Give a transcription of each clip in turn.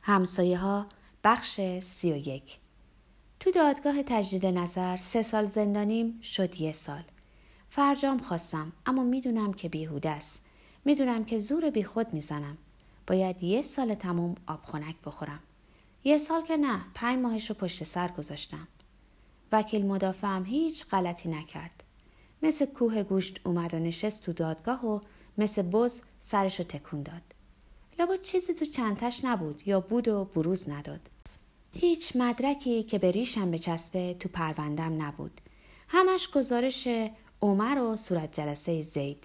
همسایه‌ها بخش 31. تو دادگاه تجدید نظر 3 سال زندانیم شد 1 سال. فرجام خواستم اما میدونم که بیهوده است. میدونم که زور بی خود میزنم. باید 1 سال تموم آب خنک بخورم. 1 سال که نه، 5 ماهش رو پشت سر گذاشتم. وکیل مدافعم هیچ غلطی نکرد. مثل کوه گوشت اومد و نشست تو دادگاه و مثل بز سرشو تکون داد. لابد چیزی تو چنتش نبود یا بود و بروز نداد. هیچ مدرکی که به ریشم بچسبه تو پروندم نبود. همش گزارش عمر و صورت جلسه زید.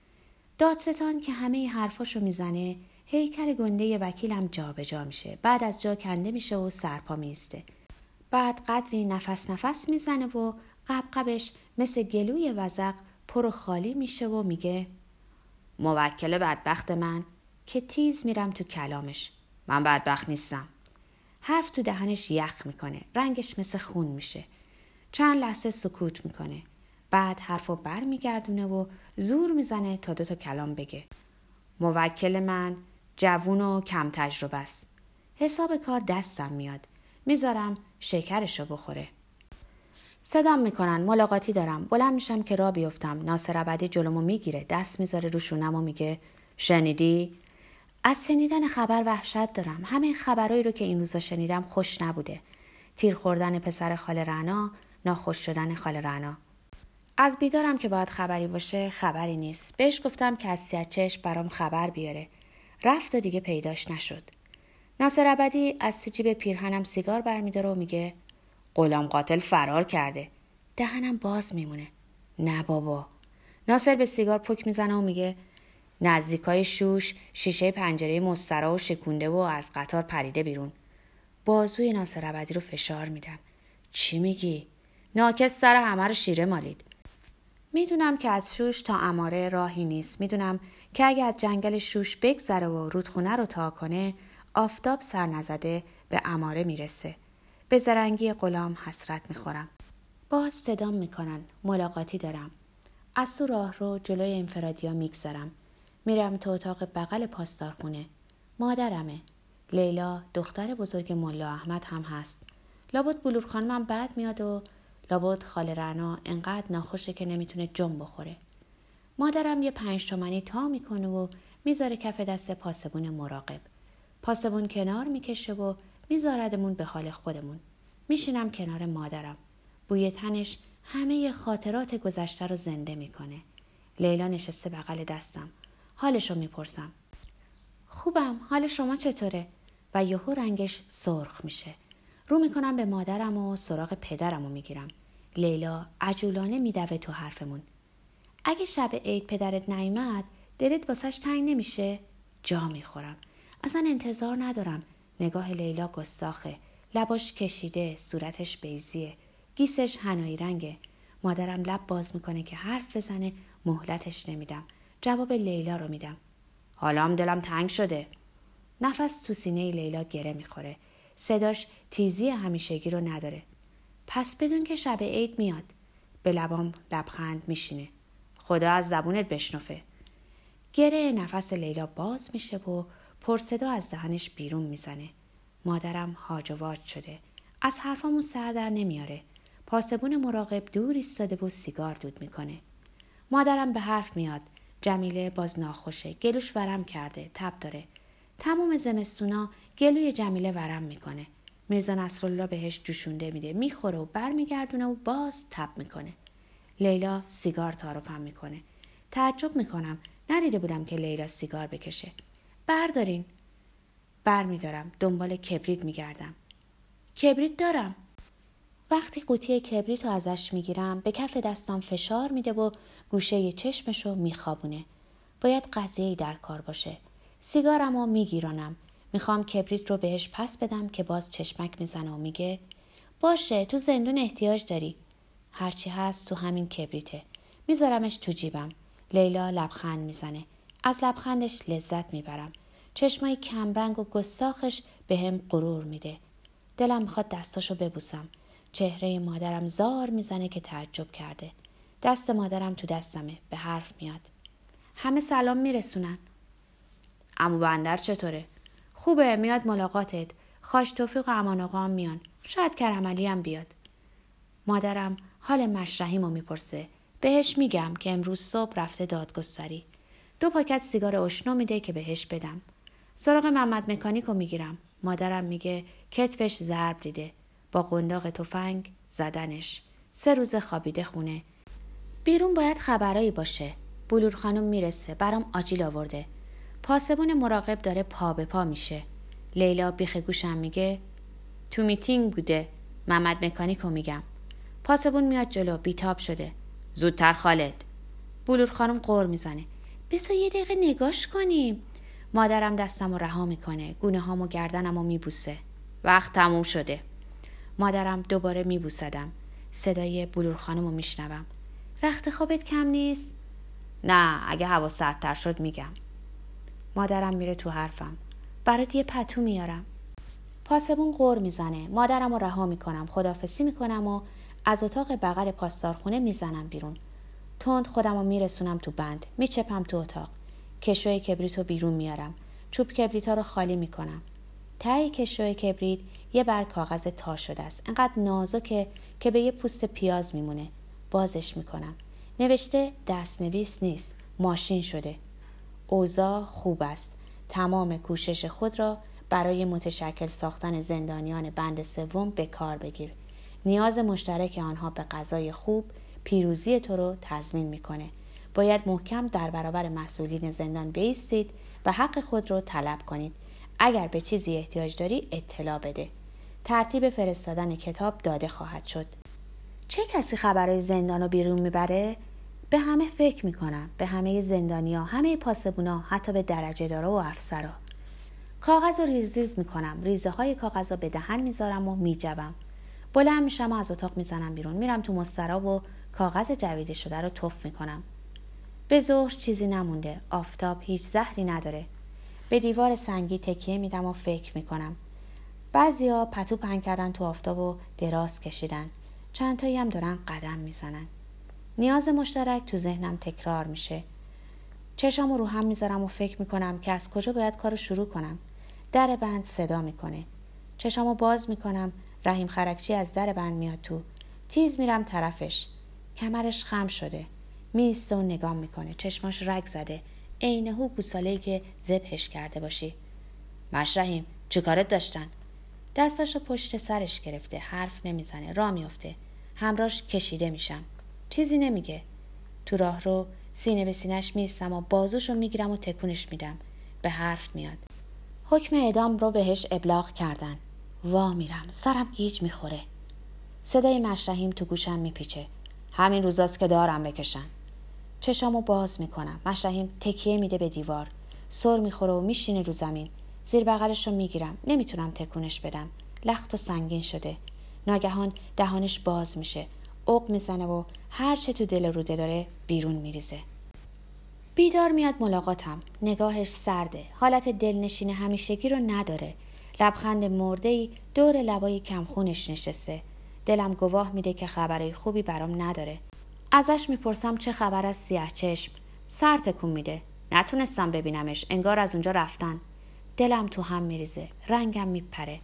دادستان که همه حرفاشو میزنه، هیکل گنده وکیلم جا به جا میشه. بعد از جا کنده میشه و سرپا میسته. بعد قدری نفس میزنه و قبقبش مثل گلوی وزغ پر و خالی میشه و میگه موکل بدبخت من، که تیز میرم تو کلامش. من بدبخت نیستم. حرف تو دهنش یخ میکنه. رنگش مثل خون میشه. چند لحظه سکوت میکنه. بعد حرفو بر میگردونه و زور میزنه تا 2 کلام بگه. موکل من جوون و کم تجربه است. حساب کار دستم میاد. میذارم شکرشو بخوره. صدام میکنن. ملاقاتی دارم. بلند میشم که راه بیفتم. ناصر ابدی جلومو میگیره. دست میذاره رو شونم و میگه شنیدی؟ از شنیدن خبر وحشت دارم. همه خبرایی رو که این روزا شنیدم خوش نبوده. تیر خوردن پسر خاله رعنا، ناخوش شدن خاله رعنا. از بیدارم که باید خبری باشه خبری نیست. بهش گفتم که از سیاچش برام خبر بیاره. رفت و دیگه پیداش نشد. ناصر ابدی از تو جیب پیرهنم سیگار برمیداره و میگه غلام قاتل فرار کرده. دهنم باز میمونه. نه بابا. ناصر به سیگار پک میزنه و میگه نزدیکای شوش شیشه پنجره مسترا و شکونده و از قطار پریده بیرون. بازوی ناصر ابدی رو فشار میدم. چی میگی؟ ناکس سر همه رو شیره مالید. میدونم که از شوش تا عماره راهی نیست. میدونم که اگه از جنگل شوش بگذره و رودخونه رو تا کنه، آفتاب سر نزده به عماره میرسه. به زرنگی غلام حسرت میخورم. باز صدام میکنن. ملاقاتی دارم. از تو راه رو جلوی انفرادیا میگذارم. میرم تو اتاق بغل پاسدارخونه. مادرمه. لیلا دختر بزرگ ملا احمد هم هست. لابد بلور خانمم بد میاد و لابد خاله رعنا انقدر ناخوشه که نمیتونه جم بخوره. مادرم یه 5 تومانی تا میکنه و میذاره کف دست پاسبون مراقب. پاسبون کنار میکشه و میذاردمون به حال خودمون. میشینم کنار مادرم. بوی تنش همه خاطرات گذشته رو زنده میکنه. لیلا نشسته بغل دستم. حالشو میپرسم. خوبم. حال شما چطوره؟ و یهو رنگش سرخ میشه. رو میکنم به مادرم و سراغ پدرم رو میگیرم. لیلا عجولانه میدوه تو حرفمون. اگه شب عید پدرت نیامد دلت واسش تنگ نمیشه؟ جا میخورم. اصلا انتظار ندارم. نگاه لیلا گستاخه. لباش کشیده. صورتش بیضیه. گیسش حنایی رنگه. مادرم لب باز میکنه که حرف بزنه. مهلتش نمیدم. جواب لیلا رو میدم. حالام دلم تنگ شده. نفس تو سینه لیلا گره میخوره. صداش تیزی همیشگی رو نداره. پس بدون که شب عید میاد. به لبام لبخند میشینه. خدا از زبونت بشنفه. گره نفس لیلا باز میشه و پرصدا از دهنش بیرون میزنه. مادرم هاج و واج شده. از حرفامون سر در نمیاره. پاسبون مراقب دور ایستاده و سیگار دود میکنه. مادرم به حرف میاد. جمیله باز ناخوشه. گلوش ورم کرده. تب داره. تموم زمستونا گلوی جمیله ورم میکنه. میرزا نصرالله بهش جوشونده میده. میخوره و برمیگردونه و باز تب میکنه. لیلا سیگار تعارفم میکنه. تعجب میکنم. ندیده بودم که لیلا سیگار بکشه. بردارین. برمیدارم. دنبال کبریت میگردم. کبریت دارم. وقتی قوطی کبریت رو ازش میگیرم به کف دستم فشار میده و گوشه چشمشو میخوابونه. باید قضیه‌ای در کار باشه. سیگارم رو میگیرانم. میخوام کبریت رو بهش پس بدم که باز چشمک میزنه و میگه باشه تو زندون احتیاج داری. هرچی هست تو همین کبریته. میذارمش تو جیبم. لیلا لبخند میزنه. از لبخندش لذت میبرم. چشمای کمرنگ و گستاخش به هم غرور میده. دلم میخواد دستاشو ببوسم. چهره مادرم زار میزنه که تعجب کرده. دست مادرم تو دستمه. به حرف میاد. همه سلام میرسونن. عمو بندر چطوره؟ خوبه میاد ملاقاتت. خاش توفیق و امان آقا هم میان. شاید کرم علی هم بیاد. مادرم حال مشرحیمو میپرسه. بهش میگم که امروز صبح رفته دادگستری. 2 پاکت سیگار اشنو میده که بهش بدم. سراغ محمد مکانیکو میگیرم. مادرم میگه کتفش ضرب دیده. با قنداق تفنگ زدنش. 3 روز خوابیده خونه. بیرون باید خبرایی باشه. بلور خانم میرسه. برام آجیل آورده. پاسبون مراقب داره پا به پا میشه. لیلا بیخ گوشم میگه تو میتینگ بوده. محمد مکانیکو میگم. پاسبون میاد جلو. بیتاب شده. زودتر خالد. بلور خانم غر میزنه. بذار یه دقیقه نگاش کنیم. مادرم دستمو رها میکنه. گونه هامو گردنمو میبوسه. وقت تموم شده. مادرم دوباره میبوسدم. صدای بلور خانمو میشنوم. رخت خوابت کم نیست؟ نه، اگه هوا سردتر شد میگم. مادرم میره تو حرفم. برات یه پتو میارم. پاسبون غر میزنه. مادرمو رها میکنم. خداحافظی میکنم و از اتاق بغل پاسدارخونه میزنم بیرون. تند خودمو میرسونم تو بند. میچپم تو اتاق. کشوی کبریتو بیرون میارم. چوب کبریتا رو خالی میکنم. ته کشوی کبریت یه بر کاغذ تا شده است. انقدر نازکه که به یه پوست پیاز میمونه. بازش میکنم. نوشته دستنویس نیست. ماشین شده. اوضاع خوب است. تمام کوشش خود را برای متشکل ساختن زندانیان بند 3 به کار بگیر. نیاز مشترک آنها به غذای خوب پیروزی تو رو تضمین میکنه. باید محکم در برابر مسئولین زندان بایستید و حق خود رو طلب کنید. اگر به چیزی احتیاج داری اطلاع بده. ترتیب فرستادن کتاب داده خواهد شد. چه کسی خبرهای زندان رو بیرون میبره؟ به همه فکر میکنم. به همه زندانیا، همه پاسبونا، حتی به درجه دارا و افسرا. کاغذ رو ریز میکنم. ریزه های کاغذ رو به دهن میذارم و میجوم. بلند میشم و از اتاق میزنم بیرون. میرم تو مسترا و کاغذ جویده شده رو تف میکنم. به ظهر چیزی نمونده. آفتاب هیچ زهری نداره. به دیوار سنگی تکیه میدم و فکر میکنم. بعضیا پتو پهن کردن تو آفتاب و دراز کشیدن. چند تایی هم دارن قدم میزنن. نیاز مشترک تو ذهنم تکرار میشه. چشامو رو هم میذارم و فکر میکنم که از کجا باید کارو شروع کنم. در بند صدا میکنه. چشامو باز میکنم. رحیم خرکچی از در بند میاد تو. تیز میرم طرفش. کمرش خم شده. میسته و نگاه میکنه. چشماش رگ زده. عینه‌هو گوساله‌ای که ذبحش کرده باشی. مشرحیم چه کارت داشتن؟ دستاشو پشت سرش گرفته. حرف نمیزنه. راه میفته. همراهش کشیده میشم. چیزی نمیگه. تو راه رو سینه به سینه‌اش میستم و بازوشو میگیرم و تکونش میدم. به حرف میاد. حکم اعدام رو بهش ابلاغ کردن. وا میرم. سرم گیج میخوره. صدای مشرحیم تو گوشم میپیچه. همین روزاست که دارم بکشن. چشامو باز میکنم. مشرحیم تکیه میده به دیوار. سر میخوره و میشینه رو زمین. زیر بغلش رو میگیرم. نمیتونم تکونش بدم. لخت و سنگین شده. ناگهان دهانش باز میشه. عق میزنه و هر چه تو دل روده داره بیرون میریزه. بیدار میاد ملاقاتم. نگاهش سرده. حالت دلنشین همیشگی رو نداره. لبخند مرده‌ای دور لبای کمخونش نشسته. دلم گواه میده که خبرای خوبی برام نداره. ازش میپرسم چه خبر از سیاه چشم. سر تکون میده. نتونستم ببینمش. انگار از اونجا رفتن. دلم تو هم میریزه. رنگم میپره.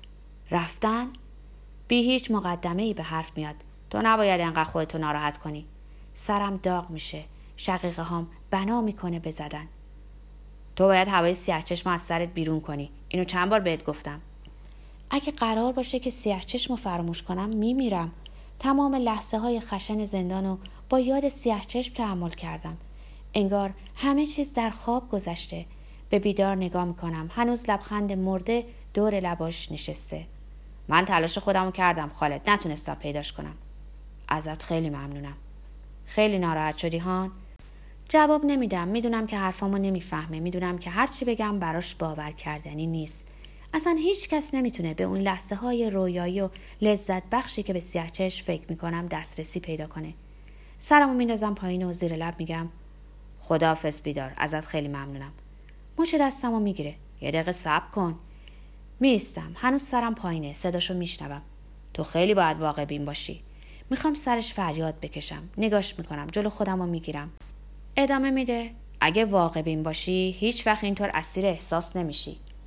رفتن؟ بی هیچ مقدمه‌ای به حرف میاد. تو نباید انقدر خودتو ناراحت کنی. سرم داغ میشه. شقیقه هام بنا میکنه بزدن. تو باید هوای سیاه چشم از سرت بیرون کنی. اینو چند بار بهت گفتم. اگه قرار باشه که سیاه چشمو فراموش کنم میمیرم. تمام لحظه های خشن زندانو با یاد سیاه چشم تحمل کردم. انگار همه چیز در خواب گذشته. به بیدار نگاه میکنم. هنوز لبخند مرده دور لباش نشسته. من تلاش خودمو کردم خالد. نتونستم پیداش کنم. ازت خیلی ممنونم. خیلی ناراحت شدی هان؟ جواب نمیدم. میدونم که حرفامو نمیفهمه. میدونم که هر چی بگم براش باور کردنی نیست. اصلا هیچ کس نمیتونه به اون لحظه های رویایی و لذت بخشی که به سیاه چشم فکر میکنم دسترسی پیدا کنه. سرمو میندازم پایین و زیر لب میگم خداحافظ بیدار. ازت خیلی ممنونم. مچ دستمو میگیره. یه دقیقه صبر کن. میستم. هنوز سرم پایینه. صداشو میشنوم. تو خیلی باید واقع بین باشی. میخوام سرش فریاد بکشم. نگاش میکنم. جلو خودمو میگیرم. ادامه میده. اگه واقع بین باشی هیچ وقت اینطور اسیر احساس نمیشی.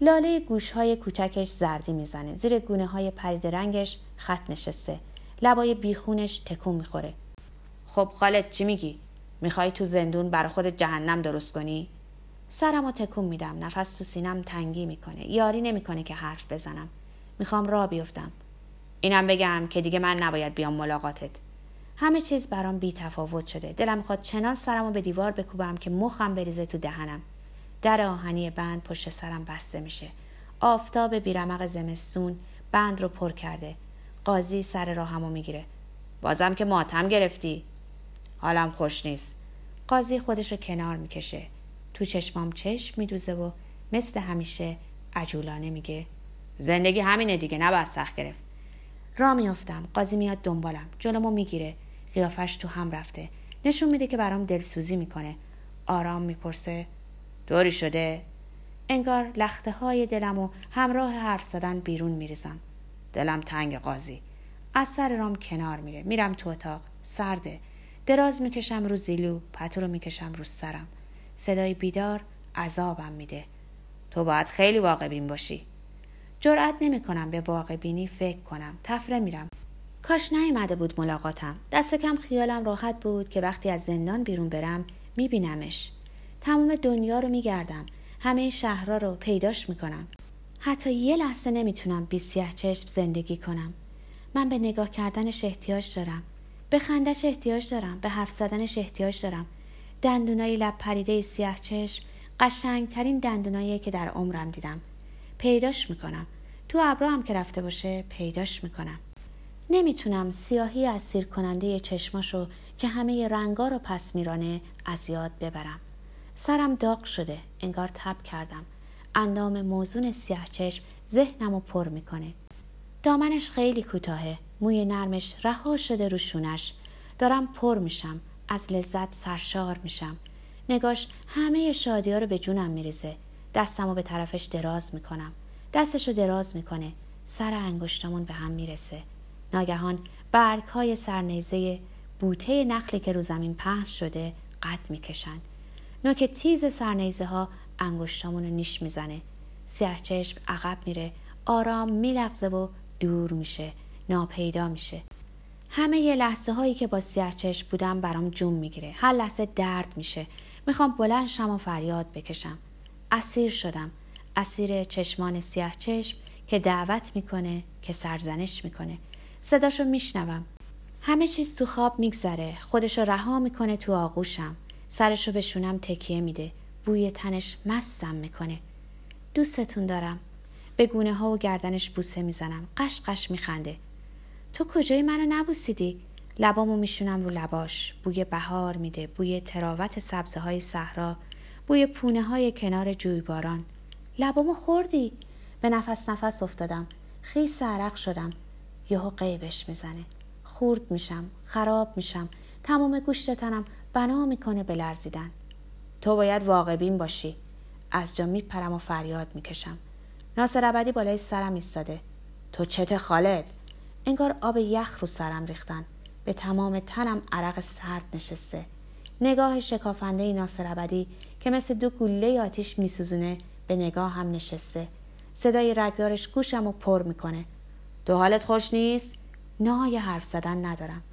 لاله گوشهای کوچکش زردی میزنه. زیر گونه های پرید رنگش خط نشسته. لبای بیخونش تکون میخوره. خب خالد چی میگی؟ میخوای تو زندون برا خودت جهنم درست کنی؟ سرمو تکون میدم. نفس تو سینم تنگی میکنه. یاری نمیکنه که حرف بزنم. میخوام راه بیفتم. اینم بگم که دیگه من نباید بیام ملاقاتت. همه چیز برام بی تفاوت شده. دلم میخواد چنان سرمو به دیوار بکوبم که مخم بریزه تو دهنم. در آهنی بند پشت سرم بسته میشه. آفتاب بیرمق زمستون بند رو پر کرده. قاضی سر راهمو میگیره. بازم که ماتم گرفتی؟ حالم خوش نیست. قاضی خودشو کنار میکشه. تو چشمام چشم میدوزه و مثل همیشه عجولانه میگه زندگی همینه دیگه، نباید سخت گرفت. راه میافتم. قاضی میاد دنبالم. جلومو میگیره. قیافش تو هم رفته. نشون میده که برام دلسوزی میکنه. آرام میپرسه طوری شده؟ انگار لخته های دلمو همراه حرف زدن بیرون میریزم. دلم تنگ قاضی. از سر رام کنار میره. میرم تو اتاق. سرده. دراز میکشم رو زیلو. پتو رو میکشم رو سرم. صدای بیدار عذابم میده. تو باید خیلی واقع بین باشی. جرأت نمیکنم به واقع بینی فکر کنم. تفره میرم. کاش نیومده بود ملاقاتم. دست کم خیالم راحت بود که وقتی از زندان بیرون برم میبینمش. تمام دنیا رو میگردم. همه شهرها رو پیداش میکنم. حتی یه لحظه نمیتونم بی سیاه چشم زندگی کنم. من به نگاه کردنش احتیاج دارم. به خندش احتیاج دارم. به حرف زدنش احتیاج دارم. دندونای لب پریده سیاه چشم قشنگترین دندونایی که در عمرم دیدم. پیداش میکنم. تو ابرو هم که رفته باشه پیداش میکنم. نمیتونم سیاهی اسیر کننده چشماشو که همه رنگا رو پس میرانه از یاد ببرم. سرم داغ شده. انگار تب کردم. اندام موزون سیاه چشم ذهنمو پر میکنه. دامنش خیلی کوتاهه. موی نرمش رها شده رو شونش. دارم پر میشم. از لذت سرشار میشم. نگاش همه شادی‌ها رو به جونم میریزه. دستمو به طرفش دراز میکنم. دستشو دراز میکنه. سر انگشتامون به هم میرسه. ناگهان برگ‌های سرنیزه بوته نخلی که رو زمین پهن شده قد میکشن. نوک تیز سرنیزه ها انگشتامونو نیش میزنه. سیاه چشم عقب میره. آرام میلغزه و دور میشه. ناپیدا میشه. همه ی لحظه هایی که با سیاه چشم بودم برام جون میگیره. هر لحظه درد میشه. میخوام بلند شم و فریاد بکشم. اسیر شدم. اسیر چشمان سیاه چشم که دعوت میکنه، که سرزنش میکنه. صداشو میشنوم. همه چیز تو خواب میگذره. خودشو رها میکنه تو آغوشم. سرشو به شونم تکیه میده. بوی تنش مستم میکنه. دوستتون دارم. به گونه ها و گردنش بوسه میزنم. قشقش میخنده. تو کجای منو نبوسیدی؟ لبامو میشونم رو لباش. بوی بهار میده. بوی تراوت سبزه های صحرا. بوی پونه های کنار جویباران. لبامو خوردی؟ به نفس نفس افتادم. خیس عرق شدم. یهو غیبش میزنه. خورد میشم. خراب میشم. تمام گوشت تنم بنا میکنه به لرزیدن. تو باید واقع بین باشی. از جا میپرم و فریاد میکشم. ناصر ابدی بالای سرم ایستاده. تو چته خالد؟ انگار آب یخ رو سرم ریختن. به تمام تنم عرق سرد نشسته. نگاه شکافنده ناصر ابدی که مثل دو گوله آتیش میسوزونه به نگاه هم نشسته. صدای رگدارش گوشم رو پر میکنه. تو حالت خوش نیست؟ نه حرف زدن ندارم.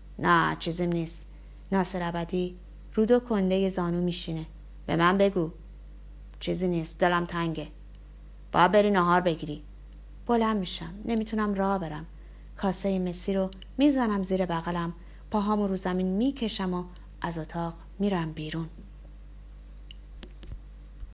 نه چیزیم نیست. ناصر ابدی رو دو کنده زانو میشینه. به من بگو. چیزی نیست. دلم تنگه. باید بری نهار بگیری. بلند میشم. نمیتونم راه برم. کاسه مسی رو میزنم زیر بغلم. پاهامو رو زمین میکشم و از اتاق میرم بیرون.